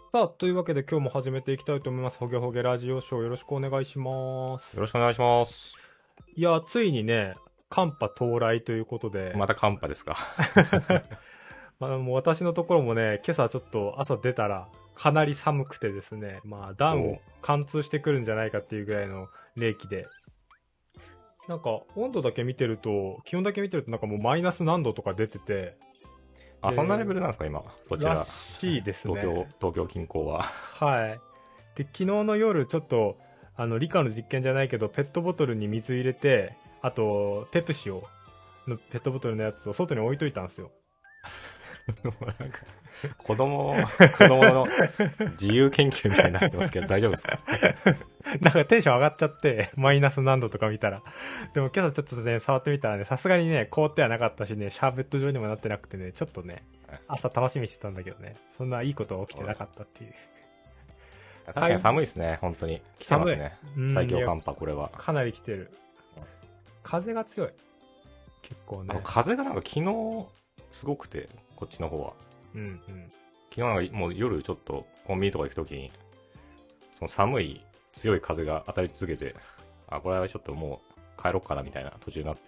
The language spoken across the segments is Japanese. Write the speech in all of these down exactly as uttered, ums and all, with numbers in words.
さあ、というわけで今日も始めていきたいと思います。ほげほげラジオショーよろしくお願いします。 よろしくお願いします。 いや、ついにね、寒波到来ということで、 また寒波ですか？ まあ、もう私のところもね、今朝ちょっと朝出たらかなり寒くてですね、まあダウンおう貫通してくるんじゃないかっていうぐらいの冷気で、なんか温度だけ見てると、気温だけ見てるとなんかもうマイナス何度とか出てて、 あ、 でそんなレベルなんですか今、そちらら。 しいです東京、 ね。 東京近郊は。 はい。で、昨日の夜、ちょっと、あの、理科の実験じゃないけど、ペットボトルに水入れて、あと、ペプシを、のペットボトルのやつを外に置いといたんですよ。 なんか子供、子供の自由研究みたいになってますけど、大丈夫ですか？ なんかテンション上がっちゃって、マイナス何度とか見たら。でも今朝ちょっとね、触ってみたらね、さすがにね、凍ってはなかったしね、シャーベット状にもなってなくてね、ちょっとね、朝楽しみにしてたんだけどね、そんないいことは起きてなかったっていう。 確かに寒いですね、本当に。来てますね。 うん最強寒波、これは。 かなり来てる。風が強い。結構ね。 あの風がなんか昨日、すごくて、こっちの方は。 うんうん。 昨日なんかもう夜ちょっとコンビニとか行くときに、その寒い強い風が当たり続けて、あ、これはちょっともう帰ろっかなみたいな途中になって。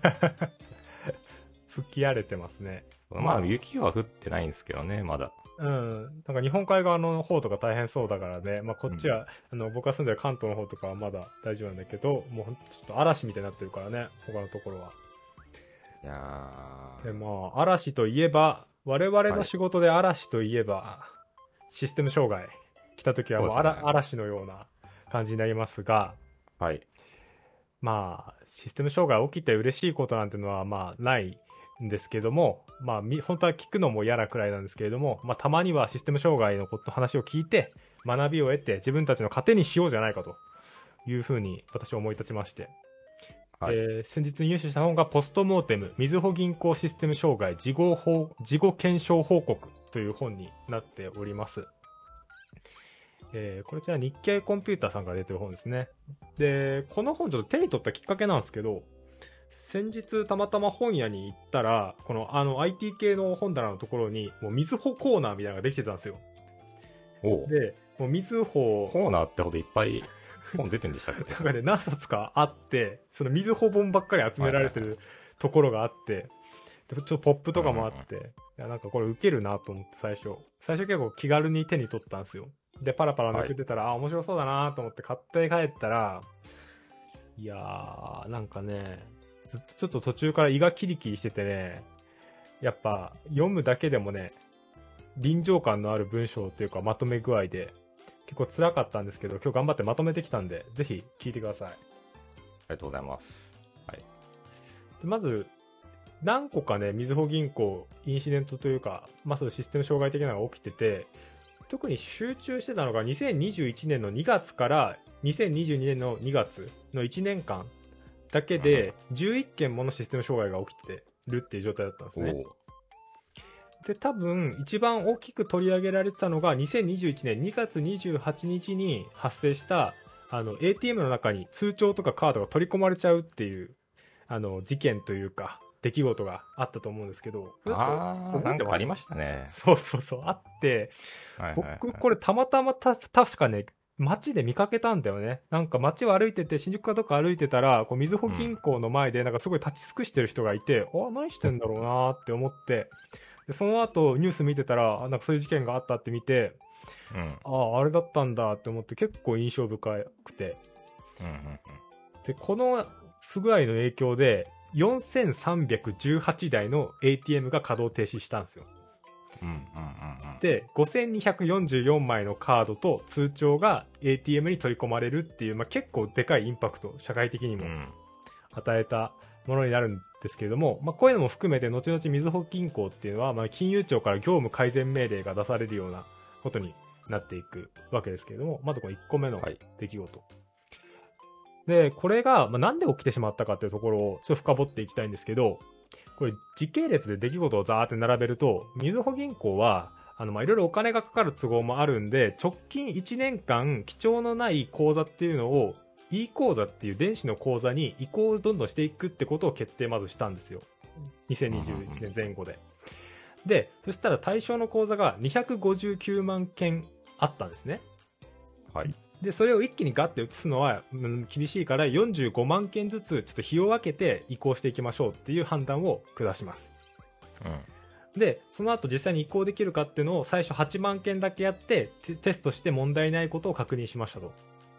吹き荒れてますね。 まあ雪は降ってないんですけどね、まだ。 うん。なんか日本海側の方とか大変そうだからね。まあこっちは、うん、あの、僕が住んでる関東の方とかはまだ大丈夫なんだけど、もうほんとちょっと嵐みたいになってるからね、他のところは。 いやー。 で、まあ、嵐といえば、我々の仕事で嵐といえば、はい、システム障害来た時はもう、ね、嵐のような感じになりますが、 はい。 まあ、システム障害起きて嬉しいことなんてのは、まあ、ないんですけども、まあ、本当は聞くのも嫌なくらいなんですけれども、まあ、たまにはシステム障害のこと話を聞いて、学びを得て、自分たちの糧にしようじゃないかというふうに私は思い立ちまして、はい、えー、先日入手した本がポストモーテムみずほ銀行システム障害事後報事後検証報告という本になっております。えー、こちら日経コンピューターさんから出てる本ですね。で、この本ちょっと手に取ったきっかけなんですけど、先日たまたま本屋に行ったら、このあの アイティー 系の本棚のところにもうみずほコーナーみたいなのができてたんですよ。 おで、もうみずほコーナーってほどいっぱい本出てんでしたっけ？ なんかね、何冊かあって、そのみずほ本ばっかり集められてるところがあって、ちょっとポップとかもあって、うんうん、いやなんかこれウケるなと思って最初。最初結構気軽に手に取ったんですよ。で、パラパラ抜けてたら、はい、あ、面白そうだなと思って買って帰ったら、いやー、なんかね、ずっとちょっと途中から胃がキリキリしててね、やっぱ読むだけでもね、臨場感のある文章っていうかまとめ具合で、結構辛かったんですけど、今日頑張ってまとめてきたんで、ぜひ聞いてください。ありがとうございます。はい。 でまず、何個かね、みずほ銀行、インシデントというか、まあ、そういうシステム障害的なのが起きてて、特に集中してたのがにせんにじゅういちねんのにがつからにせんにじゅうにねんのにがつのいちねんかんだけでじゅういっけんものシステム障害が起きてるっていう状態だったんですね。で、多分一番大きく取り上げられてたのがにせんにじゅういちねんにがつにじゅうはちにちに発生したあの エーティーエム の中に通帳とかカードが取り込まれちゃうっていうあの事件というか出来事があったと思うんですけど、 ああ、なんかありましたね。 そうそうそう、あって、はいはいはい、僕これたまたまた確かね、街で見かけたんだよね。なんか街を歩いてて、新宿かどっか歩いてたら、こうみずほ銀行の前でなんかすごい立ち尽くしてる人がいて、うん、あ、何してんだろうなって思って、でその後ニュース見てたら、なんかそういう事件があったって見て、うん、ああ、あれだったんだって思って結構印象深くて、うんうんうん、でこの不具合の影響でよんせんさんびゃくじゅうはちだいの エーティーエム が稼働停止したんですよ。うんうんうんうん、でごせんにひゃくよんじゅうよんまいのカードと通帳が エーティーエム に取り込まれるっていう、まあ、結構でかいインパクト社会的にも与えたものになるんですけれども、まあ、こういうのも含めて後々みずほ銀行っていうのは、まあ、金融庁から業務改善命令が出されるようなことになっていくわけですけれども、まずこのいっこめの出来事、はい、でこれが、まあ、なんで起きてしまったかっていうところをちょっと深掘っていきたいんですけど、これ時系列で出来事をザーって並べると、みずほ銀行はあのまあいろいろお金がかかる都合もあるんで、直近いちねんかん記帳のない口座っていうのを e 口座っていう電子の口座に移行をどんどんしていくってことを決定まずしたんですよ。にせんにじゅういちねんぜん後で。 で、そしたら対象の口座がにひゃくごじゅうきゅうまんけんあったんですね。 はい。 で、それを一気にガッて移すのは、うん、厳しいからよんじゅうごまんけんずつちょっと日を分けて移行していきましょうっていう判断を下します。 うん。 で、その後実際に移行できるかっていうのを最初はちまんけんだけやってテ、テストして問題ないことを確認しましたと。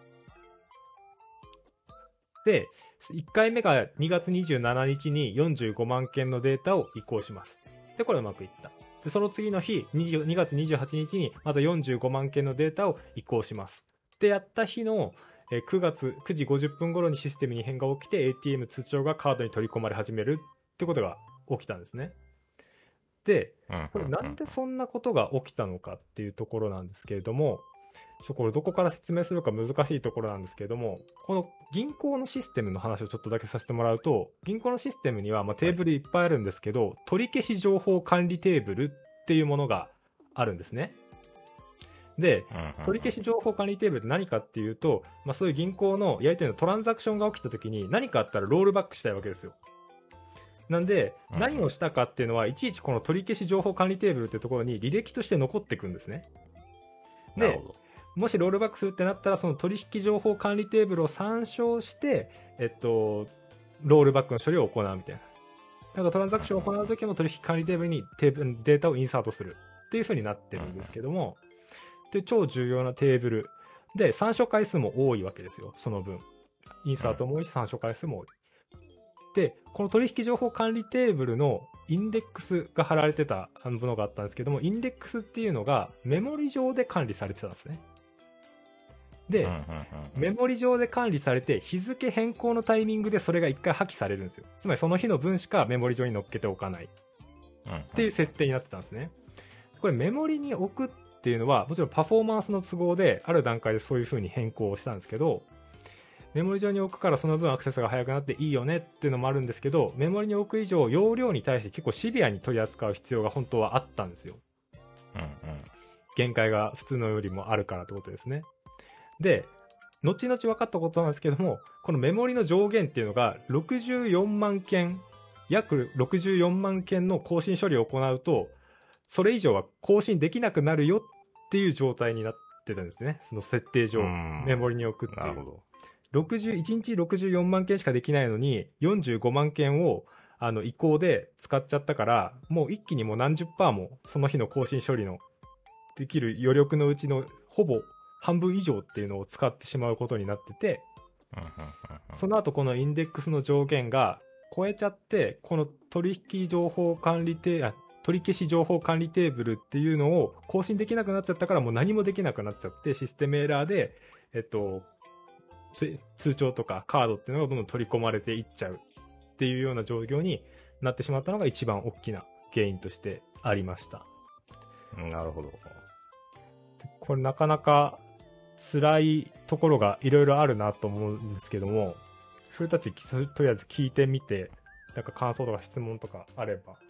で、いっかいめがにがつにじゅうしちにちによんじゅうごまんけんのデータを移行します。で、これうまくいった。で、その次の日、にがつにじゅうはちにちにまたよんじゅうごまんけんのデータを移行します。で、やった日のくがつくじごじゅっぷん頃にシステムに変が起きて エーティーエム 通帳がカードに取り込まれ始めるってことが起きたんですね。で、これなんでそんなことが起きたのかっていうところなんですけれども、ちょこれどこから説明するか難しいところなんですけれども、この銀行のシステムの話をちょっとだけさせてもらうと、銀行のシステムにはまあテーブルいっぱいあるんですけど、はい、取り消し情報管理テーブルっていうものがあるんですね。で、取り消し情報管理テーブルって何かっていうと、まあ、そういう銀行のやり取りのトランザクションが起きたときに何かあったらロールバックしたいわけですよ。なんで、何をしたかっていうのは、いちいちこの取り消し情報管理テーブルっていうところに履歴として残っていくんですね。で、もしロールバックするってなったら、その取引情報管理テーブルを参照して、えっと、ロールバックの処理を行うみたいな。なんかトランザクションを行うときも取引管理テーブルにテーブルデータをインサートするっていう風になってるんですけども、で超重要なテーブルで参照回数も多いわけですよ。その分インサートも多いし参照回数も多い。でこの取引情報管理テーブルのインデックスが貼られてたものがあったんですけども、インデックスっていうのがメモリ上で管理されてたんですね。で、メモリ上で管理されて日付変更のタイミングでそれが一回破棄されるんですよ。つまりその日の分しかメモリ上に載っけておかないっていう設定になってたんですね。これメモリに置くっていうのはもちろんパフォーマンスの都合である段階でそういう風に変更したんですけど、メモリ上に置くからその分アクセスが速くなっていいよねっていうのもあるんですけど、メモリに置く以上容量に対して結構シビアに取り扱う必要が本当はあったんですよ。うんうん、限界が普通のよりもあるからってことですね。で後々分かったことなんですけども、このメモリの上限っていうのがろくじゅうよんまんけん、約ろくじゅうよんまんけんの更新処理を行うとそれ以上は更新できなくなるよっていう状態になってたんですね。その設定上メモリに置くっていう。なるほど。ろくじゅういちにちろくじゅうよんまんけんしかできないのによんじゅうごまんけんをあの移行で使っちゃったから、もう一気にもう何十パーもその日の更新処理のできる余力のうちのほぼ半分以上っていうのを使ってしまうことになってて、その後このインデックスの上限が超えちゃって、この取引情報管理テー取り消し情報管理テーブルっていうのを更新できなくなっちゃったから、もう何もできなくなっちゃって、システムエラーで、えっと、通帳とかカードっていうのがどんどん取り込まれていっちゃうっていうような状況になってしまったのが一番大きな原因としてありました。 なるほど。 これなかなか辛いところがいろいろあるなと思うんですけども、古舘とりあえず聞いてみて、なんか感想とか質問とかあれば。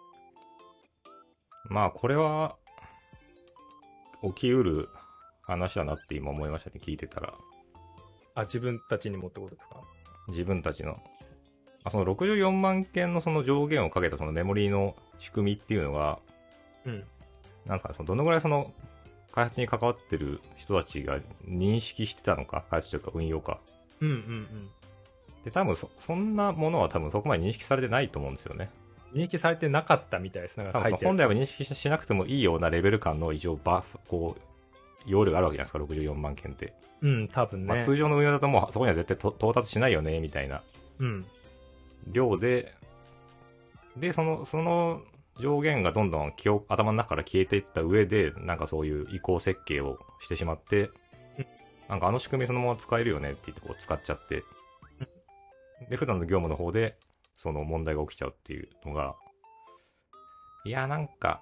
まあこれは起きうる話だなって今思いましたね、聞いてたら。 あ、自分たちにもってことですか？ 自分たちの。あ、そのろくじゅうよんまんけんのその上限をかけたそのメモリーの仕組みっていうのが、うん。なんですかね、そのどのぐらいその開発に関わってる人たちが認識してたのか、開発というか運用か。 うんうんうん。 で、多分そ、そんなものは多分そこまで認識されてないと思うんですよね。 認識されてなかったみたいです。なんか書いてある。 本来は認識しなくてもいいようなレベル感の異常バフ、こう、容量があるわけじゃないですか、ろくじゅうよんまんけんって。 うん、多分ね。 まあ、通常の運用だともうそこには絶対到達しないよね、みたいな。うん。量で、で、その、その上限がどんどん記憶、頭の中から消えていった上で、なんかそういう移行設計をしてしまって、うん、なんかあの仕組みそのまま使えるよねって言ってこう使っちゃって、うん、で、普段の業務の方で、その問題が起きちゃうっていうのが、いや、なんか、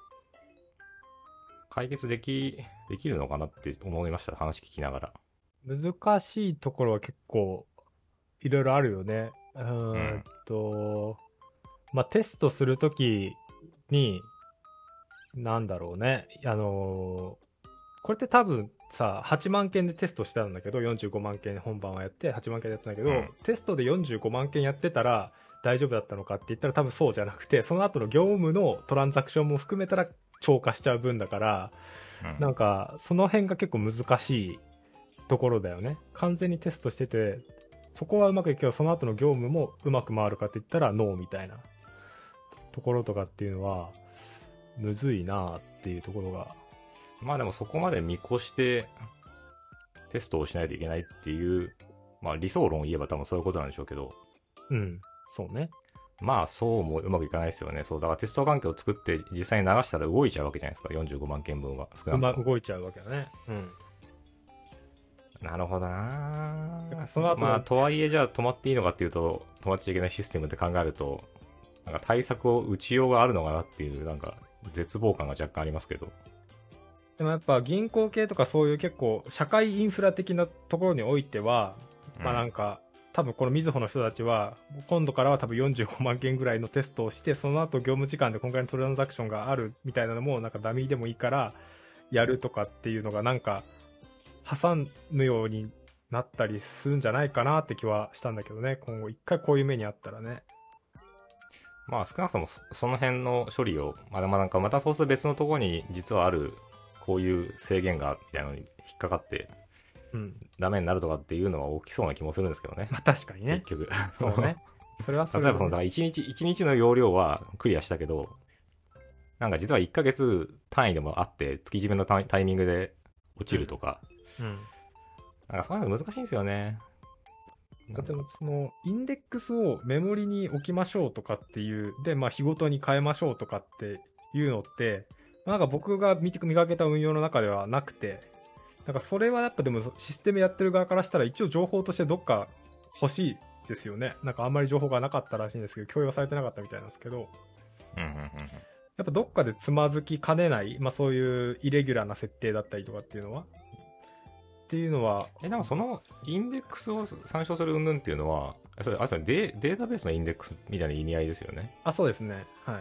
解決でき、できるのかなって思いました、話聞きながら。 難しいところは結構、いろいろあるよね。うーんと、うん、まあ、テストするときに、なんだろうね。あのー、これって多分さ、はちまんけんでテストしてたんだけど、よんじゅうごまんけん本番はやって、はちまんけんやってたんだけど、うん、テストでよんじゅうごまんけんやってたら、 大丈夫だったのかって言ったら多分そうじゃなくて、その後の業務のトランザクションも含めたら超過しちゃう分だから、うん、なんかその辺が結構難しいところだよね。完全にテストしててそこはうまくいくけど、その後の業務もうまく回るかって言ったらノーみたいなところとかっていうのはむずいなっていうところが。 まあでもそこまで見越してテストをしないといけないっていう、まあ理想論を言えば多分そういうことなんでしょうけど。 うん、そうね。 まあそうもうまくいかないですよね。そうだからテスト環境を作って実際に流したら動いちゃうわけじゃないですか。よんじゅうごまんけんぶんは少なくとも。まあ動いちゃうわけだね。うん。 なるほどな。その後まあとはいえじゃあ止まっていいのかっていうと止まっちゃいけないシステムって考えると、なんか対策を打ちようがあるのかなっていうなんか絶望感が若干ありますけど。 でもやっぱ銀行系とかそういう結構社会インフラ的なところにおいては、うん、まあなんか多分このみずほの人たちは今度からは多分よんじゅうごまんけんぐらいのテストをして、その後業務時間でこんぐらいのトランザクションがあるみたいなのもなんかダミーでもいいからやるとかっていうのがなんか挟むようになったりするんじゃないかなって気はしたんだけどね。今後一回こういう目にあったらね。 まあ少なくともその辺の処理をまだまだなんかまたそうすると別のところに実はあるこういう制限がみたいなのに引っかかって、うん、ダメになるとかっていうのは起きそうな気もするんですけどね。 まあ確かにね。 結局。 そうね。それはそれ例えばそのだからいちにちいちにちの容量はクリアしたけど、なんか実はいっかげつ単位でもあって月締めのタイミングで落ちるとか、うん、うん、なんかそういうの難しいんですよね。 だってそのインデックスをメモリに置きましょうとかっていうで、まあ、日ごとに変えましょうとかっていうのって、なんか僕が見て見かけた運用の中ではなくて、なんかそれはやっぱでもシステムやってる側からしたら一応情報としてどっか欲しいですよね。なんかあんまり情報がなかったらしいんですけど、共有されてなかったみたいなんですけど、 うんうんうん、 やっぱどっかでつまずきかねない、まあ、そういうイレギュラーな設定だったりとかっていうのはっていうのは、 え、でもそのインデックスを参照する云々っていうのは、それあれデデータベースのインデックスみたいな意味合いですよね。 あ、そうですね。はい。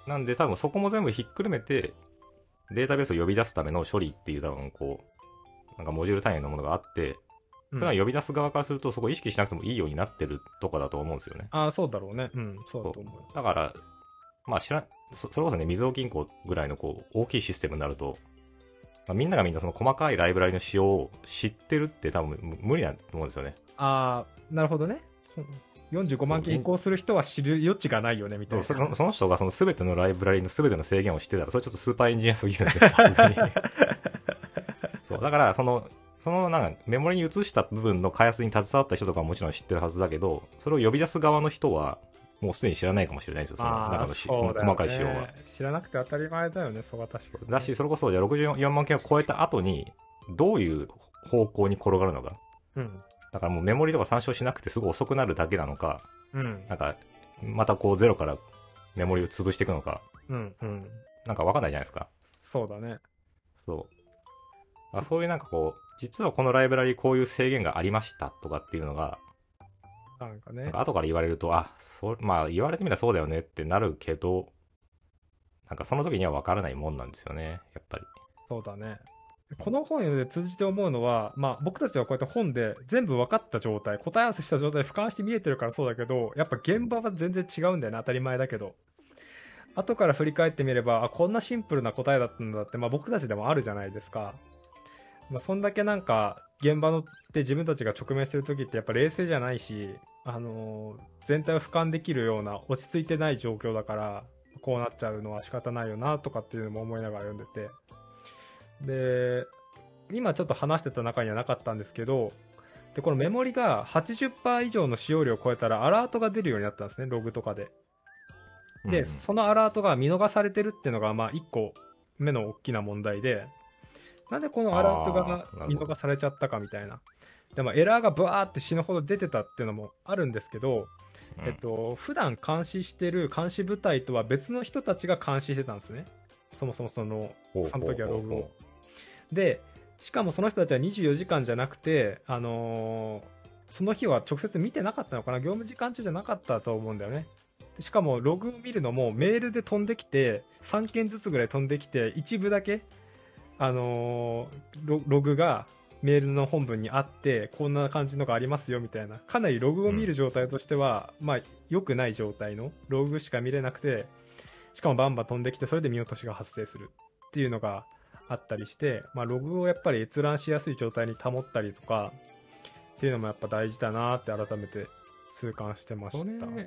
なんで多分そこも全部ひっくるめて、データベースを呼び出すための処理っていう多分こう、なんかモジュール単位のものがあって、普段呼び出す側からするとそこ意識しなくてもいいようになってるとかだと思うんですよね。 ああ、そうだろうね。うん、そうだと思う。 だから、まあ知らそ、それこそね、みずほ銀行ぐらいのこう大きいシステムになると、まあ、みんながみんなその細かいライブラリの仕様を知ってるって多分無理だと思うんですよね。 ああ、なるほどね。よんじゅうごまんけん移行する人は知る余地がないよねみたいな。 そのその人がその全てのライブラリの全ての制限を知ってたら、それちょっとスーパーエンジニアすぎるんで、さすがに。そう、だからその、そのなんかメモリに移した部分の開発に携わった人とかはもちろん知ってるはずだけど、それを呼び出す側の人は、もうすでに知らないかもしれないんですよ、その中のし、ね、細かい仕様は。 知らなくて当たり前だよね、そこは確かに、ね。 だし、それこそじゃあろくじゅうよんまんけんを超えた後に、どういう方向に転がるのか。うん。だからもうメモリとか参照しなくてすごい遅くなるだけなのか、うん。なんか、またこうゼロからメモリを潰していくのか。うんうん。なんかわかんないじゃないですか。 そうだね。 そう。あ、そういうなんかこう、実はこのライブラリこういう制限がありましたとかっていうのが、 なんかね。 なんか後から言われると、あ、そまあ言われてみたらそうだよねってなるけど、なんかその時には分からないもんなんですよね、やっぱり。 そうだね。この本で通じて思うのは、まあ僕たちはこうやって本で全部分かった状態、答え合わせした状態で俯瞰して見えてるからそうだけど、やっぱ現場は全然違うんだよね、当たり前だけど。後から振り返ってみれば、あ、こんなシンプルな答えだったんだって、まあ僕たちでもあるじゃないですか。まあそんだけなんか現場のって自分たちが直面してる時ってやっぱ冷静じゃないし、あのー、全体を俯瞰できるような落ち着いてない状況だから、こうなっちゃうのは仕方ないよなとかっていうのも思いながら読んでて。で、今ちょっと話してた中にはなかったんですけど、でこのメモリが はちじゅっパーセント 以上の使用量を超えたらアラートが出るようになったんですね、ログとかで。で、うん、そのアラートが見逃されてるっていうのがまあいっこめの大きな問題で、なんでこのアラートが見逃されちゃったかみたいな。でもエラーがブワーって死ぬほど出てたっていうのもあるんですけど、うん、えっと普段監視してる監視部隊とは別の人たちが監視してたんですね。そもそもそのその時はログを。で、しかもその人たちはにじゅうよじかんじゃなくて、あのー、その日は直接見てなかったのかな、業務時間中じゃなかったと思うんだよね。しかもログを見るのもメールで飛んできてさんけんずつぐらい飛んできて一部だけ、あのー、ロ, ログがメールの本文にあってこんな感じのがありますよみたいな、かなりログを見る状態としては、うん、まあ良くない状態のログしか見れなくて、しかもバンバン飛んできてそれで見落としが発生するっていうのがあったりして、まあ、ログをやっぱり閲覧しやすい状態に保ったりとかっていうのもやっぱ大事だなって改めて痛感してました。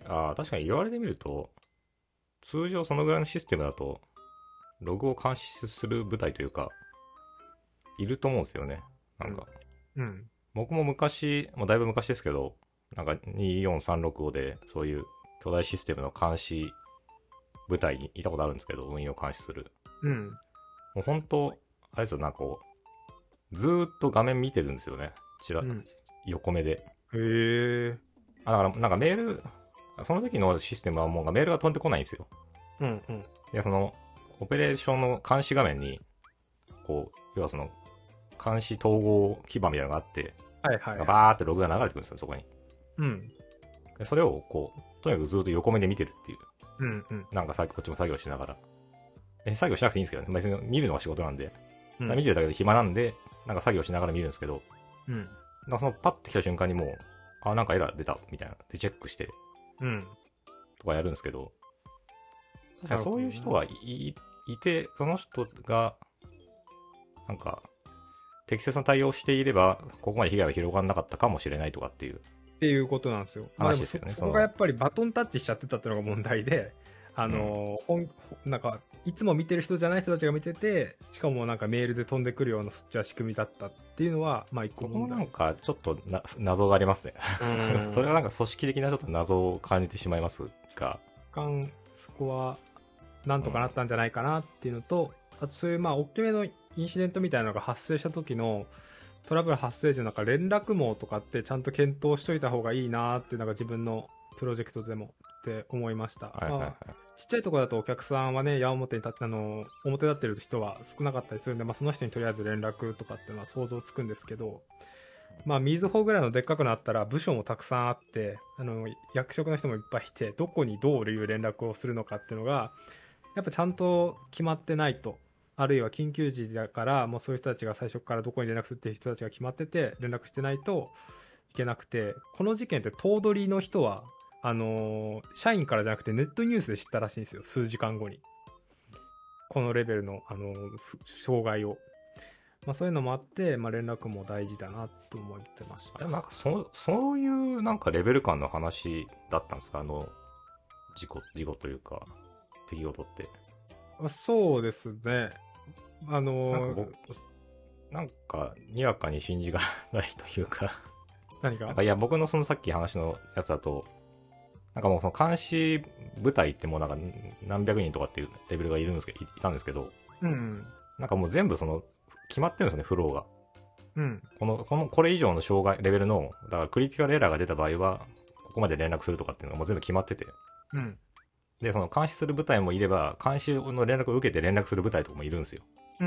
ああ、確かに言われてみると、通常そのぐらいのシステムだとログを監視する部隊というかいると思うんですよね。なんか、 うん、うん、 僕も昔、もうだいぶ昔ですけど、なんかによんさんろくごでそういう巨大システムの監視部隊にいたことあるんですけど、運用監視する。 うん。 もう本当、あれですよ、なんかこう、ずーっと画面見てるんですよね。ちら、うん、横目で。へえ。 あ、だからなんかメール、その時のシステムはもうメールが飛んでこないんですよ。 うんうん。いや、その、オペレーションの監視画面に、こう、要はその、監視統合基盤みたいなのがあって、 はいはい、はい。 バーってログが流れてくるんですよ、そこに。 うん。 でそれを、こう、とにかくずっと横目で見てるっていう。 うんうん。 なんかさ、こっちも作業しながら。え、作業しなくていいんですけどね。別に見るのが仕事なんで。うん、見てるだけで暇なんで、なんか作業しながら見るんですけど、 うん。 なんかそのパッて来た瞬間にもう、あ、なんかエラー出た、みたいな。で、チェックして、 うん。 とかやるんですけど、確かにそういう人が い, い, いて、その人が、なんか、適切な対応していれば、ここまで被害は広がらなかったかもしれないとかっていう。 っていうことなんですよ。 話ですよね。 まあ、そ, そこがやっぱりバトンタッチしちゃってたっていうのが問題で、あの、うん、なんか、いつも見てる人じゃない人たちが見てて、しかもなんかメールで飛んでくるようなそっちは仕組みだったっていうのは、まあ一個問題。そこもなんかちょっとな謎がありますね。それはなんか組織的なちょっと謎を感じてしまいますが。 そこは、なんとかなったんじゃないかなっていうのと、うん、あとそういうまあ大きめのインシデントみたいなのが発生した時のトラブル発生時のなんか連絡網とかってちゃんと検討しといた方がいいなってなんか自分のプロジェクトでもって思いました。はいはいはい、まあ、ちっちゃいところだとお客さんはね矢面に立ってあの表立ってる人は少なかったりするんで、まあ、その人にとりあえず連絡とかっていうのは想像つくんですけど、まあみずほぐらいのでっかくなったら部署もたくさんあってあの役職の人もいっぱいいてどこにどういう連絡をするのかっていうのがやっぱちゃんと決まってないと、あるいは緊急時だからもうそういう人たちが最初からどこに連絡するっていう人たちが決まってて連絡してないといけなくて、この事件って頭取の人はあのー、社員からじゃなくてネットニュースで知ったらしいんですよ、数時間後にこのレベルの、あのー、障害を、まあ、そういうのもあって、まあ、連絡も大事だなと思ってました。 でもなんかそそういうなんかレベル感の話だったんですか、あの事故事故というか出来事って。 そうですね。あのー、 なんか僕なんかにわかに信じがないというか何かなんかいや僕のそのさっき話のやつだとなんかもうその監視部隊ってもうなんか何百人とかっていうレベルがいるんですけどいたんですけど、 うん、 なんかもう全部その決まってるんですよね、フローが。 うん、 このこのこれ以上の障害レベルのだからクリティカルエラーが出た場合はここまで連絡するとかっていうのがもう全部決まってて、 うん、 でその監視する部隊もいれば監視の連絡を受けて連絡する部隊とかもいるんですよ。 うん、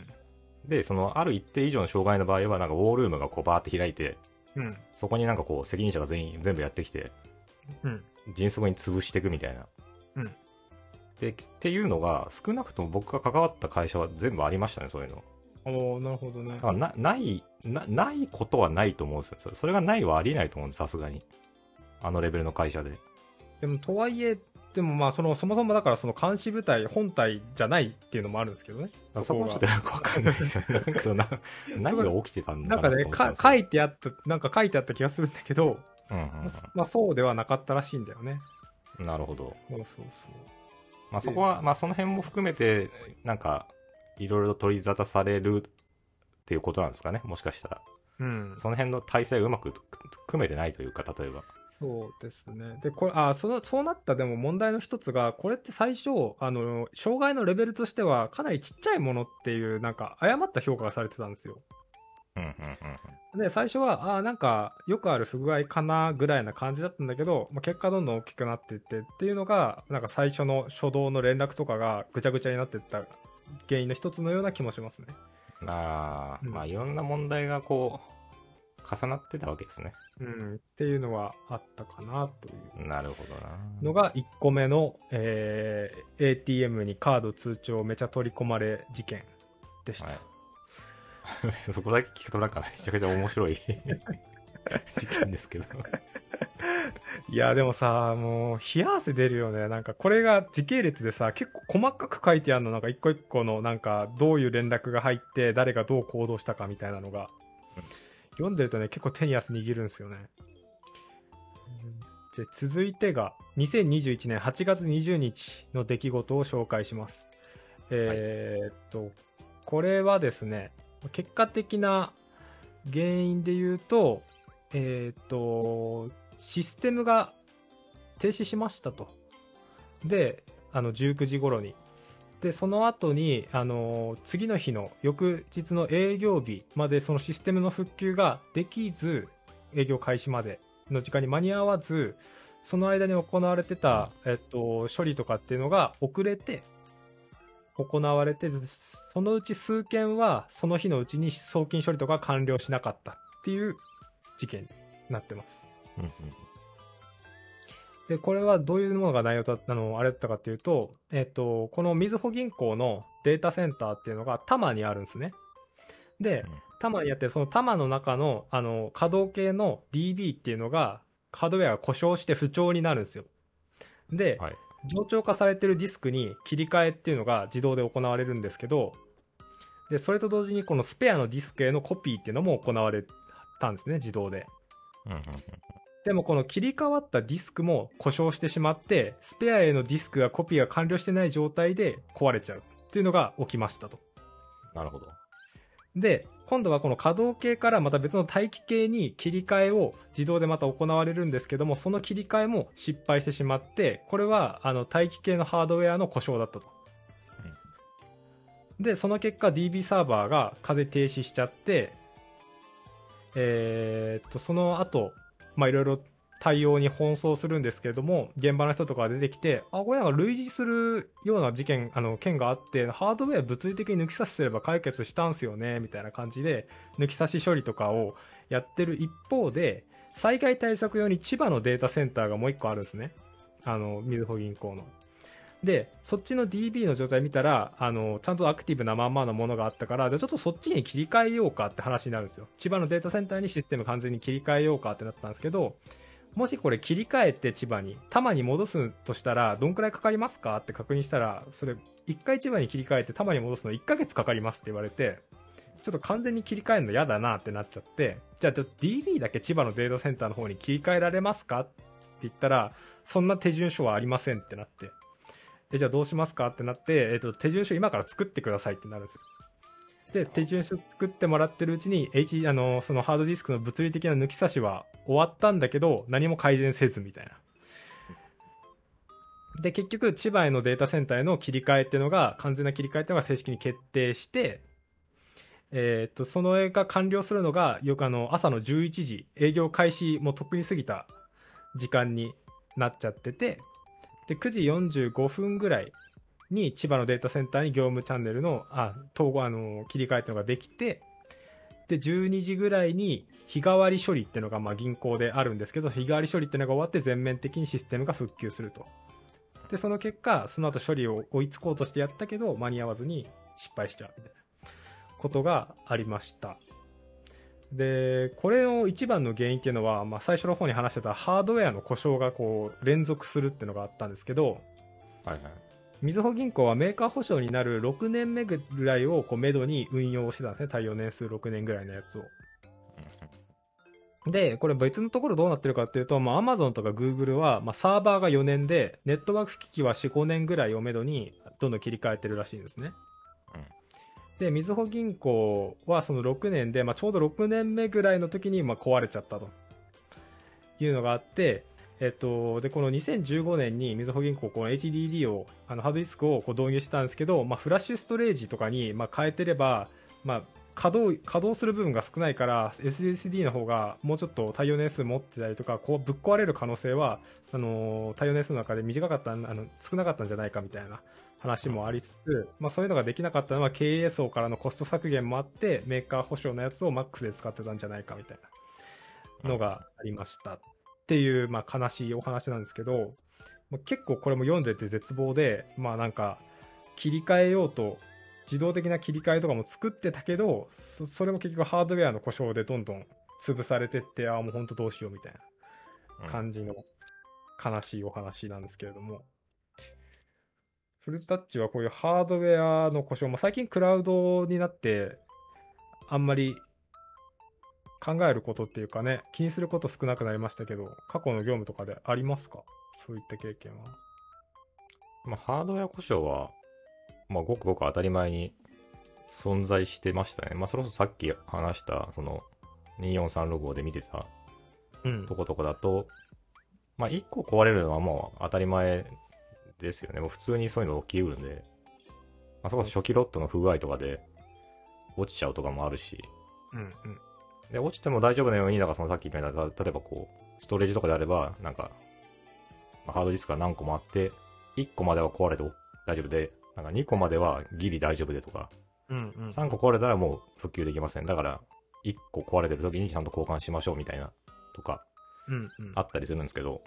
でそのある一定以上の障害の場合はなんかウォールームがこうバーって開いて、 うん、 そこになんかこう責任者が全員全部やってきて、 うん、 迅速に潰していくみたいな、 うん、 でっていうのが少なくとも僕が関わった会社は全部ありましたね、そういうの。 おー、なるほどね。 だからなないなないことはないと思うんですよ。それそれがないはありえないと思うんです、さすがにあのレベルの会社で。 でもとはいえでもまあそのそもそもだからその監視部隊本体じゃないっていうのもあるんですけどね。 そこはちょっとよくわかんないですよね。なんかそな何が起きてたんだろう。なんかねか書いてあったなんか書いてあった気がするんだけど、 うんうんうん、 まあそうではなかったらしいんだよね。 なるほど。 そうそうそう。 まあそこはまあその辺も含めてなんかいろいろと取り沙汰されるっていうことなんですかね、もしかしたら。 うん。 その辺の体制がうまく組めてないというか、例えば。 そうですね。で、これ、あ、その、そうなったでも問題の一つが、これって最初、あの、障害のレベルとしては、かなりちっちゃいものっていう、なんか、誤った評価がされてたんですよ。 うんうんうん。 で、最初は、あ、なんか、よくある不具合かな、ぐらいな感じだったんだけど、まあ、結果どんどん大きくなっていってっていうのが、なんか最初の初動の連絡とかがぐちゃぐちゃになっていった原因の一つのような気もしますね。 あ、 うん、 まあいろんな問題がこう、重なってたわけですね。 うん、っていうのはあったかなというなるほどなのがいっこめの、えー、エーティーエム にカード通帳めちゃ取り込まれ事件でした、はい、 そこだけ聞くとなんかめちゃくちゃ面白い事件ですけどいやでもさ、もう冷や汗出るよね。なんかこれが時系列でさ、結構細かく書いてあるの。なんか一個一個のなんかどういう連絡が入って誰がどう行動したかみたいなのが、うん、読んでるとね結構手に汗握るんですよね。じゃ続いてがにせんにじゅういちねんはちがつにじゅうにちの出来事を紹介します。えー、っと、はい、これはですね、結果的な原因で言うと、えー、っとシステムが停止しましたと。で、あのじゅうくじ頃に。で、その後に、あの次の日の翌日の営業日までそのシステムの復旧ができず、営業開始までの時間に間に合わず、その間に行われてた、えっと、処理とかっていうのが遅れて行われて、そのうち数件はその日のうちに送金処理とか完了しなかったっていう事件になってます。うんうん、で、これはどういうものが内容だったの、あれだったかっていうと、えっと、このみずほ銀行のデータセンターっていうのが多摩にあるんですね。で、多摩にあって、その多摩の中の、あの、稼働系の ディービー っていうのが、ハードウェアが故障して不調になるんですよ。で、はい、冗長化されてるディスクに切り替えっていうのが自動で行われるんですけど、で、それと同時にこのスペアのディスクへのコピーっていうのも行われたんですね、自動で。でもこの切り替わったディスクも故障してしまって、スペアへのディスクがコピーが完了してない状態で壊れちゃうっていうのが起きましたと。 なるほど。 で、今度はこの稼働系からまた別の待機系に切り替えを自動でまた行われるんですけども、その切り替えも失敗してしまって、これはあの待機系のハードウェアの故障だったと。うん、で、その結果 ディービー サーバーが風停止しちゃって、えー、っと、その後、まあいろいろ対応に奔走するんですけれども、現場の人とかが出てきて、あ、これなんか類似するような事件、あの、件があって、ハードウェア物理的に抜き差しすれば解決したんすよね、みたいな感じで、抜き差し処理とかをやってる一方で、災害対策用に千葉のデータセンターがもう一個あるんですね。あの、みずほ銀行の。で、そっちの ディービー の状態見たら、あの、ちゃんとアクティブなまんまのものがあったから、じゃあちょっとそっちに切り替えようかって話になるんですよ。千葉のデータセンターにシステム完全に切り替えようかってなったんですけど、もしこれ切り替えて千葉に、多摩に戻すとしたら、どんくらいかかりますかって確認したら、それ、一回千葉に切り替えて多摩に戻すのいっかげつかかりますって言われて、ちょっと完全に切り替えるの嫌だなってなっちゃって、じゃあ ディービー だけ千葉のデータセンターの方に切り替えられますかって言ったら、そんな手順書はありませんってなって、え、じゃあどうしますかってなって、えっと、手順書今から作ってくださいってなるんですよ。で、手順書作ってもらってるうちに、H、あの、そのハードディスクの物理的な抜き差しは終わったんだけど、何も改善せずみたいな。で、結局、千葉へのデータセンターへの切り替えっていうのが、完全な切り替えっていうのが正式に決定して、えー、っと、その絵が完了するのが、よくあの、朝のじゅういちじ、営業開始もとっくに過ぎた時間になっちゃってて、で、くじよんじゅうごふんぐらいに千葉のデータセンターに業務チャンネルの、あ、統合、あの、切り替えっていうのができて、で、じゅうにじぐらいに日替わり処理っていうのが、まあ銀行であるんですけど、日替わり処理っていうのが終わって全面的にシステムが復旧すると。で、その結果、その後処理を追いつこうとしてやったけど、間に合わずに失敗しちゃうみたいなことがありました。で、これの一番の原因っていうのは、まあ最初の方に話してたハードウェアの故障がこう連続するっていうのがあったんですけど、はいはい。みずほ銀行はメーカー保証になるろくねんめぐらいをこうめどに運用してたんですね。対応年数ろくねんぐらいのやつを。で、これ別のところどうなってるかっていうと、まあ、Amazon とか Google は、まあ、サーバーがよねんで、ネットワーク機器はよん、ごねんぐらいをめどにどんどん切り替えてるらしいんですね。うん、で、みずほ銀行はそのろくねんで、まあ、ちょうどろくねんめぐらいの時にまあ壊れちゃったというのがあって、えっと、で、このにせんじゅうごねんにみずほ銀行、この エイチディーディー を、あのハードディスクをこう導入したんですけど、まあ、フラッシュストレージとかにまあ変えてれば、まあ、稼働、稼働する部分が少ないから、エスエスディー の方がもうちょっと耐用年数持ってたりとか、こうぶっ壊れる可能性は、その耐用年数の中で短かった、あの、少なかったんじゃないかみたいな話もありつつ、まあそういうのができなかったのは経営層からのコスト削減もあって、メーカー保証のやつをマックスで使ってたんじゃないかみたいなのがありました。っていう、まあ悲しいお話なんですけど、結構これも読んでて絶望で、まあなんか、切り替えようと自動的な切り替えとかも作ってたけど、そ, それも結局ハードウェアの故障でどんどん潰されてって、ああもうほんとどうしようみたいな感じの悲しいお話なんですけれども、うん、フルタッチはこういうハードウェアの故障も最近クラウドになってあんまり考えることっていうかね、気にすること少なくなりましたけど、過去の業務とかでありますか、そういった経験は。 まあ、ハードウェア故障は、まあ、ごくごく当たり前に存在してましたね。まあ、それこそさっき話した、その、にーよんさんろくごで見てたとことかだと、うん、まあ、いっこ壊れるのはもう当たり前ですよね。もう普通にそういうの起きうるんで、まあ、そこそ初期ロットの不具合とかで落ちちゃうとかもあるし、 うんうん。 で、落ちても大丈夫なように、だからそのさっき言ったような、例えばこう、ストレージとかであれば、なんか、まあ、ハードディスクが何個もあって、いっこまでは壊れて大丈夫で、なんかにこまではギリ大丈夫でとか、 うんうん、 さんこ壊れたらもう復旧できません。だから、いっこ壊れてる時にちゃんと交換しましょうみたいな、とか、あったりするんですけど、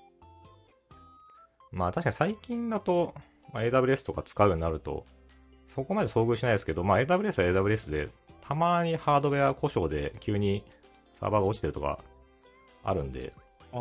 うんうん、まあ確かに最近だと、まあ、エーダブリューエス とか使うようになると、そこまで遭遇しないですけど、まあ エーダブリューエス は エーダブリューエス で、たまにハードウェア故障で急にサーバーが落ちてるとかあるんで、 あ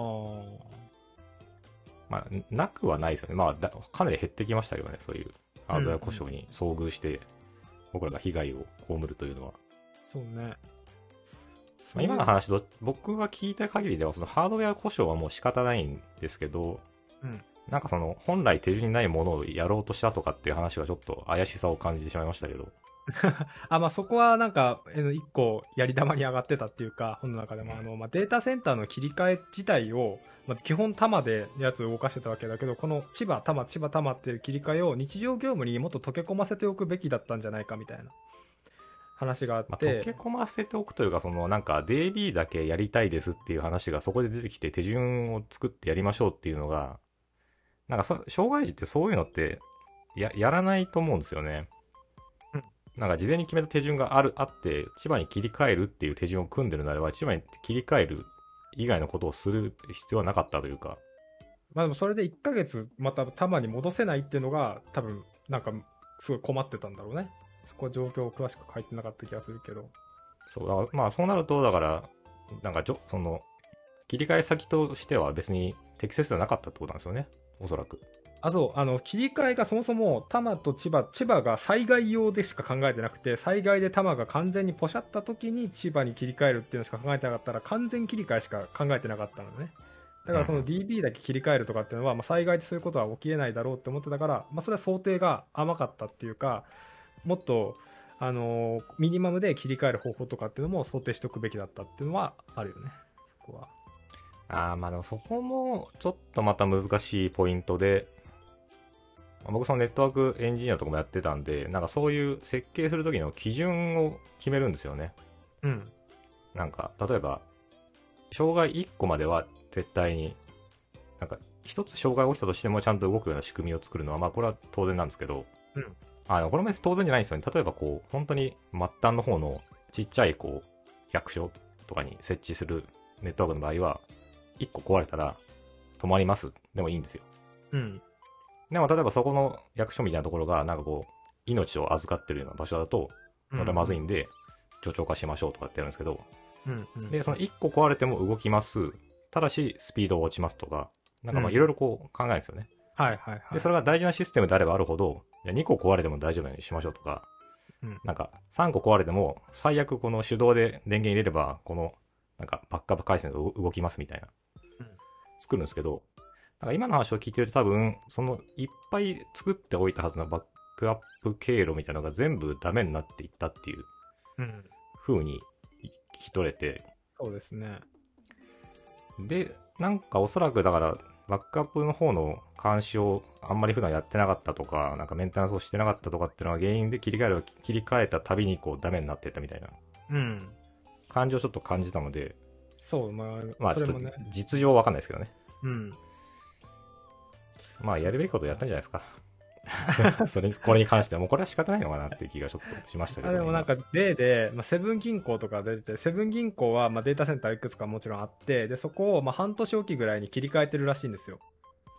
まあ、なくはないですよね。まあだ、かなり減ってきましたけどね、そういうハードウェア故障に遭遇して、僕らが被害を被るというのは。 そうね。 まあ、今の話ど、僕が聞いた限りでは、そのハードウェア故障はもう仕方ないんですけど、 うん、なんかその、本来手順にないものをやろうとしたとかっていう話はちょっと怪しさを感じてしまいましたけど。 あ、まあそこはなんか、一個やり玉に上がってたっていうか、本の中でも、あの、まあデータセンターの切り替え自体を、まあ基本タマでやつを動かしてたわけだけど、この千葉、タマ、千葉、タマっていう切り替えを日常業務にもっと溶け込ませておくべきだったんじゃないかみたいな話があって。まあ、 溶け込ませておくというか、そのなんか ディービー だけやりたいですっていう話がそこで出てきて手順を作ってやりましょうっていうのが、なんかそ、障害児ってそういうのってや、やらないと思うんですよね。なんか事前に決めた手順がある、あって、千葉に切り替えるっていう手順を組んでるならば、千葉に切り替える以外のことをする必要はなかったというか。 まあでもそれでいっかげつまた多摩に戻せないっていうのが、多分、なんか、すごい困ってたんだろうね。そこは状況を詳しく書いてなかった気がするけど。 そう、だからまあそうなると、だから、なんかちょ、その、切り替え先としては別に適切ではなかったってことなんですよね。おそらく。 あ、そう、あの、切り替えがそもそも、多摩と千葉、千葉が災害用でしか考えてなくて、災害で多摩が完全にポシャった時に千葉に切り替えるっていうのしか考えてなかったら、完全切り替えしか考えてなかったのね。だからその ディービー だけ切り替えるとかっていうのは、まあ、災害でそういうことは起きえないだろうって思ってたから、まあ、それは想定が甘かったっていうか、もっと、あのー、ミニマムで切り替える方法とかっていうのも想定しておくべきだったっていうのはあるよね、そこは。 ああ、まあでもそこもちょっとまた難しいポイントで、僕そのネットワークエンジニアとかもやってたんで、なんかそういう設計するときの基準を決めるんですよね。 うん。 なんか、例えば、障害いっこまでは絶対に、なんか一つ障害が起きたとしてもちゃんと動くような仕組みを作るのは、まあこれは当然なんですけど、 うん。 あの、これも当然じゃないんですよね。例えばこう、本当に末端の方のちっちゃいこう、役所とかに設置するネットワークの場合は、いっこ壊れたら止まりますでもいいんですよ。 うん。 でも例えばそこの役所みたいなところがなんかこう命を預かってるような場所だとそれはまずいんで助長化しましょうとかってやるんですけど、 うんうん、 でそのいっこ壊れても動きます、ただしスピードが落ちますとか、なんかまあいろいろこう考えるんですよね、 うん、はいはいはい。 でそれが大事なシステムであればあるほど、いやにこ壊れても大丈夫にしましょうとか、うん、なんかさんこ壊れても最悪この手動で電源入れればこのなんかバックアップ回線が動きますみたいな、うん、作るんですけど、なんか今の話を聞いてると多分、そのいっぱい作っておいたはずのバックアップ経路みたいなのが全部ダメになっていったっていう風に聞き取れて、 うん、そうですね。 で、なんかおそらくだからバックアップの方の監視をあんまり普段やってなかったとか、なんかメンテナンスをしてなかったとかっていうのが原因で切り替える切り替えたたびにこうダメになっていったみたいな感じをちょっと感じたので、 そう、まあ、 まあちょっと実情わかんないですけどね。 うん。 まあやるべきことやったんじゃないですか。それこれに関してはもうこれは仕方ないのかなっていう気がちょっとしましたけど、ね、 あでもなんか例で、まあ、セブン銀行とか出てて、セブン銀行はまあデータセンターいくつかもちろんあって、でそこをまあ半年おきぐらいに切り替えてるらしいんですよ。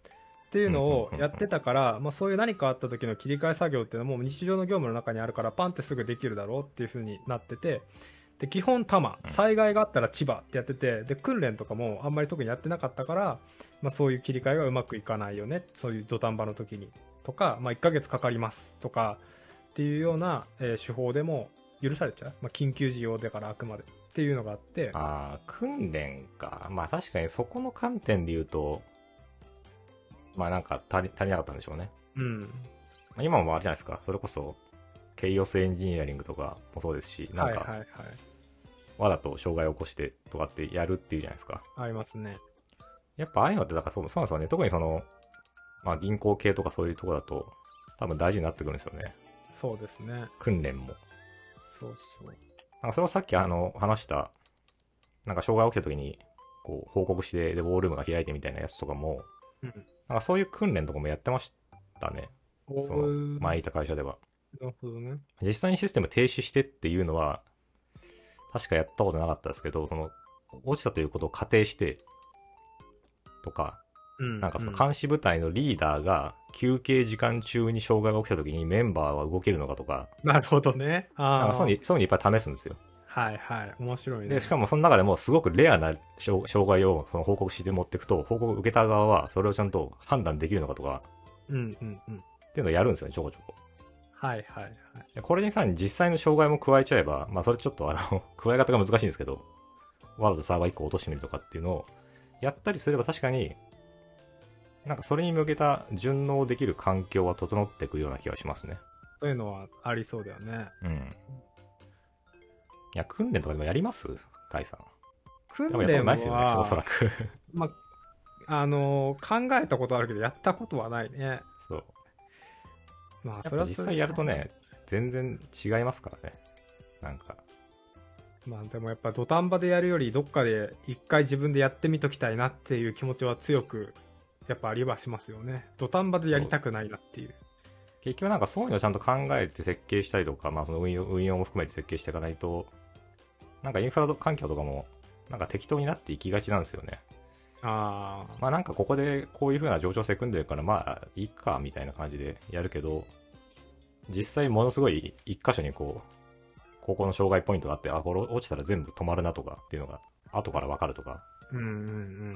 っていうのをやってたから、まあ、そういう何かあった時の切り替え作業っていうのはもう日常の業務の中にあるからパンってすぐできるだろうっていう風になってて、で基本多摩、災害があったら千葉ってやってて、で訓練とかもあんまり特にやってなかったから、まあ、そういう切り替えがうまくいかないよね、そういう土壇場の時にとか、まあ、いっかげつかかりますとかっていうような、えー手法でも許されちゃう、まあ、緊急事用だからあくまでっていうのがあって、 ああ、訓練か。まあ確かにそこの観点で言うと、まあなんか足り足りなかったんでしょうね。 うん、 まあ今もあれじゃないですか。それこそ、ケイオスエンジニアリングとかもそうですし、なんか、 はいはいはい、 わざと障害を起こしてとかってやるっていうじゃないですか。 ありますね。 やっぱああいうのってだからそうそうなんですよね。特にその、まあ銀行系とかそういうところだと、多分大事になってくるんですよね。 そうですね。 訓練も。 そうそう。 なんかそれをさっきあの話した、なんか障害起きた時に、こう報告して、で、ウォールームが開いてみたいなやつとかも、 うん、 なんかそういう訓練とかもやってましたね。その前いた会社では。 なるほどね。 実際にシステム停止してっていうのは、確かやったことなかったですけど、その、落ちたということを仮定して、とか、 うん、 なんかその監視部隊のリーダーが休憩時間中に障害が起きた時にメンバーは動けるのかとか、 なるほどね。あなんかそういうそういうのいっぱい試すんですよ。 はいはい。面白いね。 で、しかもその中でもすごくレアな障害をその報告して持っていくと、報告を受けた側はそれをちゃんと判断できるのかとか、 うんうんうん。 っていうのをやるんですよね、ちょこちょこ。 はいはいはい。 これにさらに実際の障害も加えちゃえば、まあそれちょっとあの、加え方が難しいんですけど、わざとサーバーいっこ落としてみるとかっていうのをやったりすれば確かに、なんかそれに向けた順応できる環境は整っていくような気がしますね。 そういうのはありそうだよね。 うん。いや、訓練とかでもやりますカイさん。 訓練は、 ないですよね、おそらく。 まあ、あのー、考えたことあるけど、やったことはないね。 そう。 まあ、 それは実際やるとね、全然違いますからね。なんか。 まあ、でもやっぱ土壇場でやるより、どっかで一回自分でやってみときたいなっていう気持ちは強く、やっぱありはしますよね。土壇場でやりたくないなっていう。 結局なんかそういうのをちゃんと考えて設計したりとか、まあその運用運用も含めて設計していかないと、なんかインフラ環境とかも、なんか適当になっていきがちなんですよね。 ああ。 まあなんかここでこういう風な冗長性組んでるからまあいいかみたいな感じでやるけど、実際ものすごい一箇所にこう、ここの障害ポイントがあって、あ、これ落ちたら全部止まるなとかっていうのが後からわかるとか。 うんうんうん。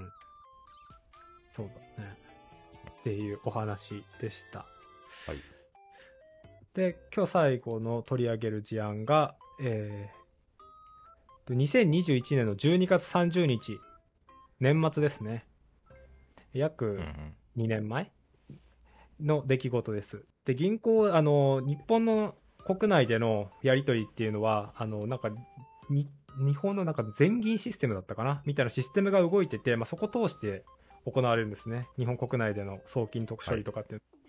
そうだね。っていうお話でした。 はい。 で、今日最後の取り上げる事案が、えー、にせんにじゅういちねんのじゅうにがつさんじゅうにち、年末ですね。約にねんまえの出来事です。で、銀行、あの、日本の国内でのやり取りっていうのは、あの、なんか、に日本のなんか全銀システムだったかなみたいなシステムが動いてて、まあ、そこを通して行われるんですね。日本国内での送金とか処理とかっていう。はい、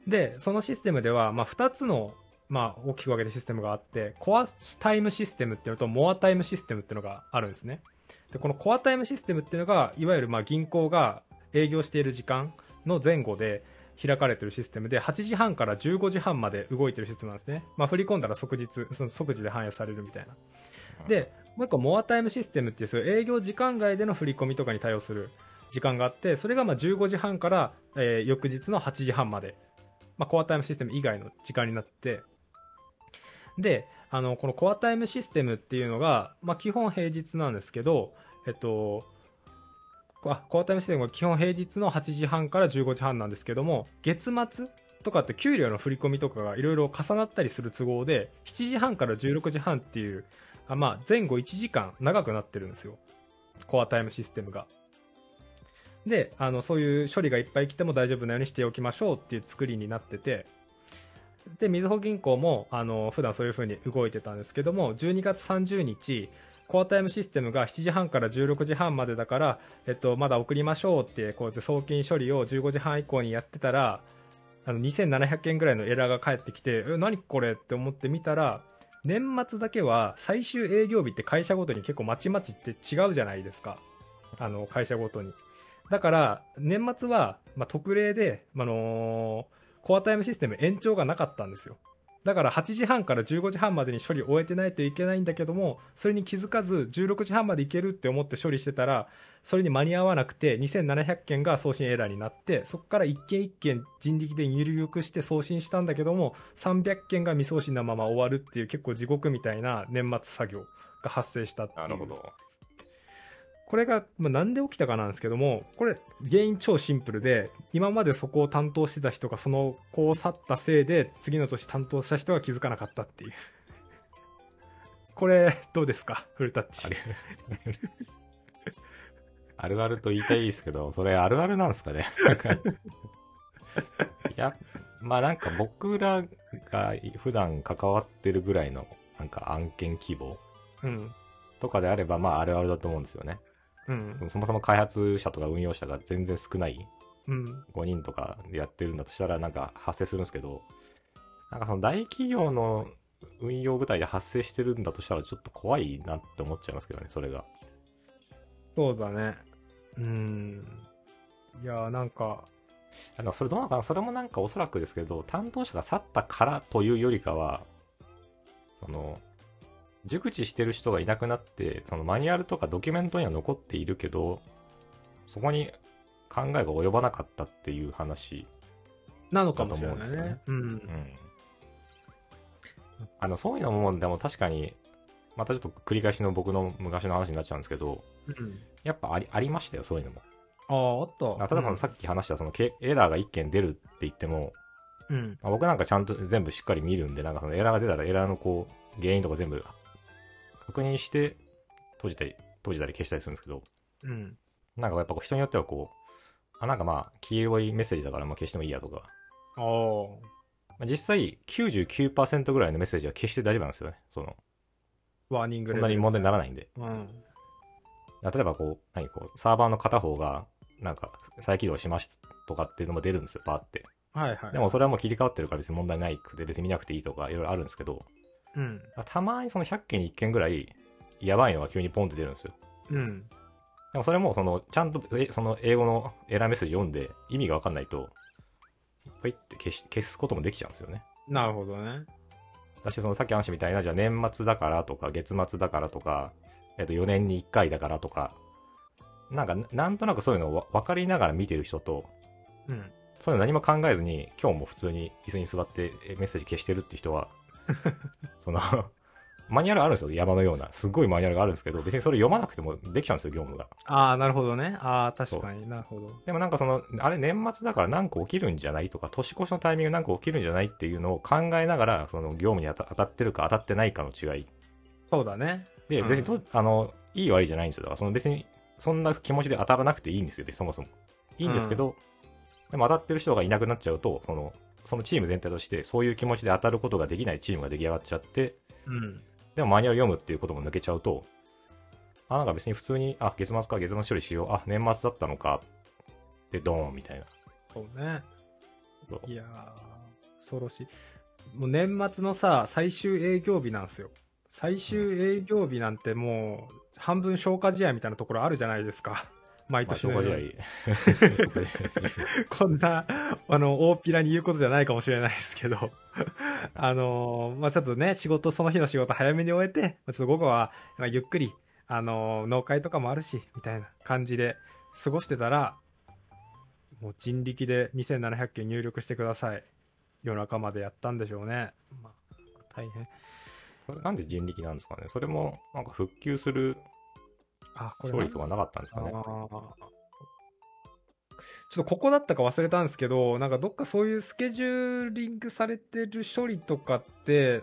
で、そのシステムでは、まあ、ふたつの、まあ、大きく分けてシステムがあって、コアタイムシステムっていうのと、モアタイムシステムっていうのがあるんですね。で、このコアタイムシステムっていうのが、いわゆるまあ銀行が営業している時間の前後で開かれているシステムで、はちじはんからじゅうごじはんまで動いているシステムなんですね。まあ、振り込んだら即日、その即時で反映されるみたいな。で、もう一個、モアタイムシステムっていう、そういう営業時間外での振り込みとかに対応する時間があって、それがまあじゅうごじはんから、えー、翌日のはちじはんまで、まあ、コアタイムシステム以外の時間になって、で、あのこのコアタイムシステムっていうのが、まあ、基本平日なんですけど、えっと、あコアタイムシステムは基本平日のはちじはんからじゅうごじはんなんですけども、月末とかって給料の振り込みとかがいろいろ重なったりする都合で、しちじはんからじゅうろくじはんっていう、あまあ、前後いちじかん長くなってるんですよ、コアタイムシステムが。で、あのそういう処理がいっぱい来ても大丈夫なようにしておきましょうっていう作りになってて、でみずほ銀行もあの普段そういう風に動いてたんですけども、じゅうにがつさんじゅうにちコアタイムシステムがしちじはんからじゅうろくじはんまでだから、えっと、まだ送りましょうってこうやって送金処理をじゅうごじはん以降にやってたら、あのにせんななひゃくけんぐらいのエラーが返ってきて、え何これって思って見たら、年末だけは最終営業日って会社ごとに結構まちまちって違うじゃないですか、あの会社ごとに。だから年末は、まあ、特例で、あのー、コアタイムシステム延長がなかったんですよ。 だからはちじはんからじゅうごじはんまでに処理を終えてないといけないんだけども、それに気づかずじゅうろくじはんまでいけるって思って処理してたら、それに間に合わなくてにせんななひゃくけんが送信エラーになって、そこから一件一件人力で入力して送信したんだけども、さんびゃっけんが未送信のまま終わるっていう結構地獄みたいな年末作業が発生したっていう。 なるほど。 これが、まあ、なんで起きたかなんですけども、これ原因超シンプルで、今までそこを担当してた人がその子を去ったせいで次の年担当した人が気づかなかったっていう。これどうですか、フルタッチ。 あるあると言いたいですけど、それあるあるなんですかね。いや、まあなんか僕らが普段関わってるぐらいのなんか案件規模とかであれば、まああるあるだと思うんですよね。うん、そもそも開発者とか運用者が全然少ない、うん、ごにんとかでやってるんだとしたらなんか発生するんですけど、なんかその大企業の運用部隊で発生してるんだとしたらちょっと怖いなって思っちゃいますけどね、それが。 そうだね。うん。いやーなんか。 あのそれどうなのかな、それもなんかおそらくですけど、担当者が去ったからというよりかは、その、熟知してる人がいなくなって、そのマニュアルとかドキュメントには残っているけど、そこに考えが及ばなかったっていう話なのかもしれないですよね。うん。うん、 あのそういうのもでも確かにまたちょっと繰り返しの僕の昔の話になっちゃうんですけど、うん、やっぱありありましたよ、そういうのも。 ああ、あった。 例えばさっき話したそのエラーがいっけん出るって言っても、うんまあ、僕なんかちゃんと全部しっかり見るんで、なんかそのエラーが出たらエラーのこう原因とか全部確認して閉じたり閉じたり消したりするんですけど、うん、なんかやっぱ人によってはこう、あなんかまあ黄色いメッセージだからまあ消してもいいやとか、あ、まあ、実際 きゅうじゅうきゅうパーセント ぐらいのメッセージは消して大丈夫なんですよね。そのワーニングレベルそんなに問題にならないんで、うん、例えばこう何こうサーバーの片方がなんか再起動しましたとかっていうのも出るんですよ、パーって。はいはい。でもそれはもう切り替わってるから別に問題ないくて別に見なくていいとかいろいろあるんですけど、うん、たまにそのひゃっけんにいっけんぐらいやばいのが急にポンって出るんですよ。うん。でもそれもそのちゃんとえその英語のエラーメッセージ読んで意味が分かんないと、ポイって消し消すこともできちゃうんですよね。 なるほどね。 だしそのさっき話みたいなじゃあ年末だからとか月末だからとか、えっとよねんにいっかいだからとか、なんかなんとなくそういうのを分かりながら見てる人と、うん、そういうの何も考えずに今日も普通に椅子に座ってメッセージ消してるって人はそのマニュアルあるんですよ、山のようなすごいマニュアルがあるんですけど、別にそれ読まなくてもできちゃうんですよ、業務が。 ああなるほどね。ああ確かになるほど。 でもなんかそのあれ年末だから何か起きるんじゃないとか、年越しのタイミング何か起きるんじゃないっていうのを考えながら、その業務に当た、当たってるか当たってないかの違い。 そうだね。 で別に、うん、あのいい悪いじゃないんですよ。だからその別にそんな気持ちで当たらなくていいんですよ、そもそも。いいんですけど、うん、でも当たってる人がいなくなっちゃうと、その、そのチーム全体としてそういう気持ちで当たることができないチームが出来上がっちゃって、うん、でもマニュアル読むっていうことも抜けちゃうと、あ、なんか別に普通に、あ、月末か月末処理しよう、あ、年末だったのか、で、ドーンみたいな。 そうね。いやー、恐ろしい。もう年末のさ、最終営業日なんですよ。最終営業日なんてもう、半分消化試合みたいなところあるじゃないですか。毎年のように。こんな、あの、大っぴらに言うことじゃないかもしれないですけど、あの、まあ、ちょっとね、仕事、その日の仕事早めに終えて、ちょっと午後は、まあ、ゆっくり、あの、農会とかもあるし、みたいな感じで過ごしてたら、もう人力でにせんななひゃくけん入力してください。夜中までやったんでしょうね。まあ、大変。 それなんで人力なんですかね。それも、なんか復旧する、あ、これ勝利とかなかったんですかね。あ、ちょっとここだったか忘れたんですけど、なんかどっかそういうスケジューリングされてる処理とかって、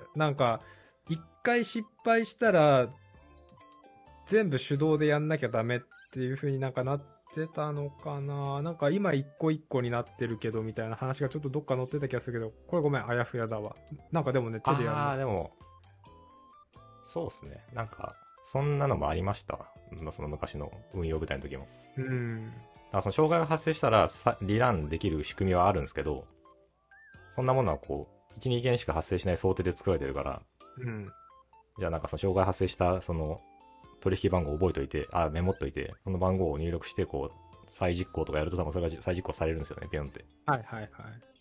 なんか一回失敗したら全部手動でやんなきゃダメっていう風になんかなってたのかな。なんか今一個一個になってるけどみたいな話がちょっとどっか載ってた気がするけど、これごめん、あやふやだわ。なんかでもね、手でやる。 ああ、でも、そうですね。なんか、そんなのもありました。その昔の運用部隊の時も。うん。だからその障害が発生したらリランできる仕組みはあるんですけど、そんなものはこう、いち、にけんしか発生しない想定で作られてるから、うん。じゃあなんかその障害発生したその取引番号を覚えといて、あ、メモっといて、その番号を入力して、こう、再実行とかやると多分それが再実行されるんですよね、ピョンって。 はいはいはい。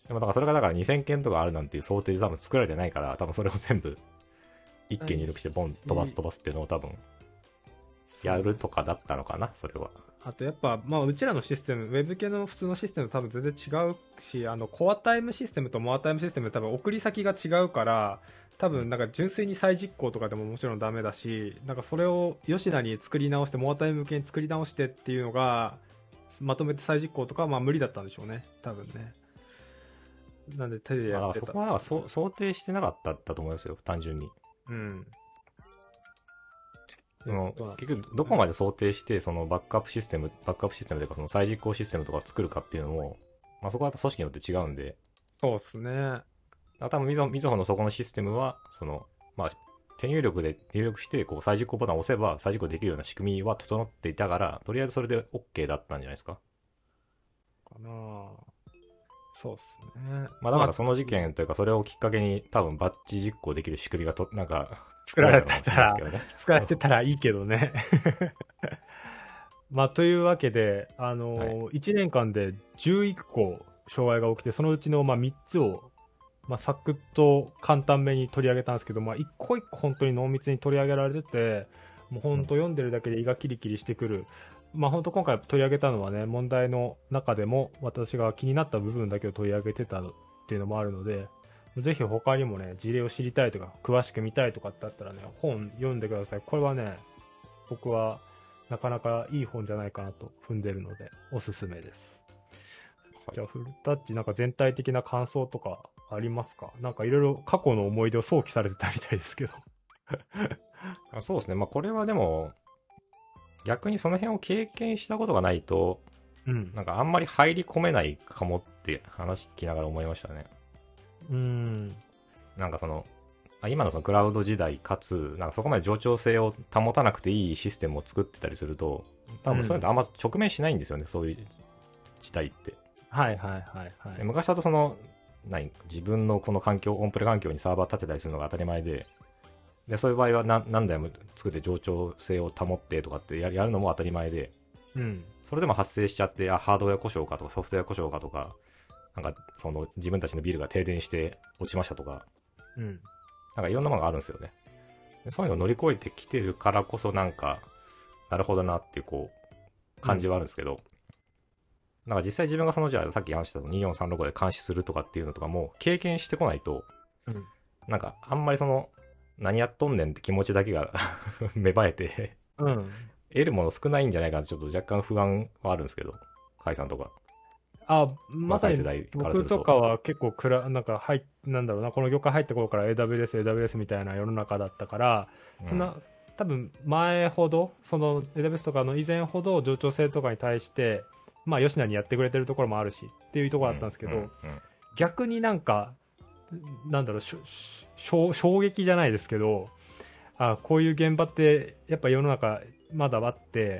でもだからそれがだからにせんけんとかあるなんていう想定で多分作られてないから、多分それを全部一件入力してボン飛ばす飛ばすっていうのを多分やるとかだったのかな、それは。 あとやっぱ、まあ、うちらのシステム、ウェブ系の普通のシステムと多分全然違うし、あのコアタイムシステムとモアタイムシステム多分送り先が違うから、多分なんか純粋に再実行とかでももちろんダメだし、なんかそれを吉田に作り直してモアタイム向けに作り直してっていうのがまとめて再実行とかはまあ無理だったんでしょうね、多分ね。なんで手でやってた。 そこはそ想定してなかっただと思いますよ、単純に。 うん。 でも結局どこまで想定してそのバックアップシステム、バックアップシステムというかその再実行システムとかを作るかっていうのも、まあ、そこはやっぱ組織によって違うんで。 そうっすね。 多分みずほ、みずほのそこのシステムは、その、まあ、手入力で入力して、こう、再実行ボタンを押せば再実行できるような仕組みは整っていたから、とりあえずそれで OK だったんじゃないですか。 かなぁ。そうっすね。 まあだからその事件というか、それをきっかけに多分バッチ実行できる仕組みがと、なんか、 作られてたら、ね、作られてたらいいけどね。まあ、というわけで、あのーはい、いちねんかんでじゅういっこ障害が起きて、そのうちのまあみっつを、まあ、サクッと簡単めに取り上げたんですけど、まあ、一個一個本当に濃密に取り上げられてて、もう本当読んでるだけで胃がキリキリしてくる。まあ、本当今回取り上げたのはね、問題の中でも私が気になった部分だけを取り上げてたっていうのもあるので、ぜひ他にもね、事例を知りたいとか、詳しく見たいとかってあったらね、本読んでください。これはね、僕はなかなかいい本じゃないかなと踏んでるので、おすすめです。はい、じゃあ、フルタッチなんか全体的な感想とかありますか？なんかいろいろ過去の思い出を想起されてたみたいですけど。 あ、そうですね。まあこれはでも、逆にその辺を経験したことがないと、うん、なんかあんまり入り込めないかもって話聞きながら思いましたね。 うーん。 なんかその、今のそのクラウド時代かつ、なんかそこまで冗長性を保たなくていいシステムを作ってたりすると、多分そういうのあんま直面しないんですよね、うん、そういう時代って。 はいはいはいはい。 昔だとその、何、自分のこの環境、オンプレ環境にサーバー立てたりするのが当たり前で、で、そういう場合は何何台も作って冗長性を保ってとかってやるのも当たり前で、 うん。 それでも発生しちゃって、あ、ハードウェア故障かとかソフトウェア故障かとか、なんかその自分たちのビルが停電して落ちましたとか、 うん。 なんかいろんなものがあるんですよね。そういうのを乗り越えてきてるからこそなんか、なるほどなっていうこう、感じはあるんですけど、うん、なんか実際自分がそのじゃあさっき話したによんさんろくで監視するとかっていうのとかも経験してこないと、うん、なんかあんまりその、何やっとんねんって気持ちだけが芽生えて、うん、得るもの少ないんじゃないかなってちょっと若干不安はあるんですけど、甲斐さんとか。 あ、まさに僕とかは結構くら、なんか入なんだろうな、この業界入った頃から エーダブリューエス、エーダブリューエス みたいな世の中だったから、うん、そんな、多分前ほど、その エーダブリューエス とかの以前ほど冗長性とかに対して、まあ吉野にやってくれてるところもあるしっていうところだったんですけど、うんうんうん、逆になんか、なんだろう、衝撃じゃないですけど、あ、こういう現場ってやっぱ世の中まだあって、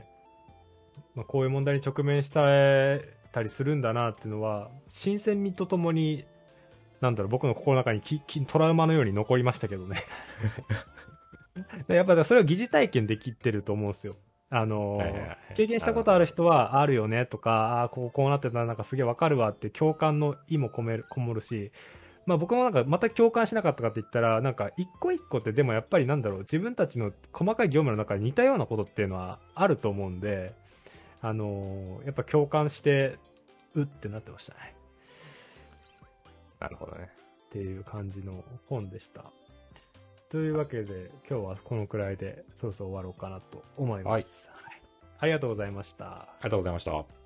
まあ、こういう問題に直面したたりするんだなっていうのは新鮮味とともになんだろう僕の心の中にききトラウマのように残りましたけどねやっぱそれを疑似体験できてると思うんですよ。あの、はいはいはい、経験したことある人はあるよねとか、あこうこうなってたらなんかすげえわかるわって共感の意も込めるこもるし、まあ僕もなんかまた共感しなかったかって言ったらなんか一個一個ってでもやっぱりなんだろう自分たちの細かい業務の中で似たようなことっていうのはあると思うんで、あのー、やっぱ共感してうってなってましたね。 なるほどね。 っていう感じの本でした。というわけで今日はこのくらいでそろそろ終わろうかなと思います。はい、はい、ありがとうございました。ありがとうございました。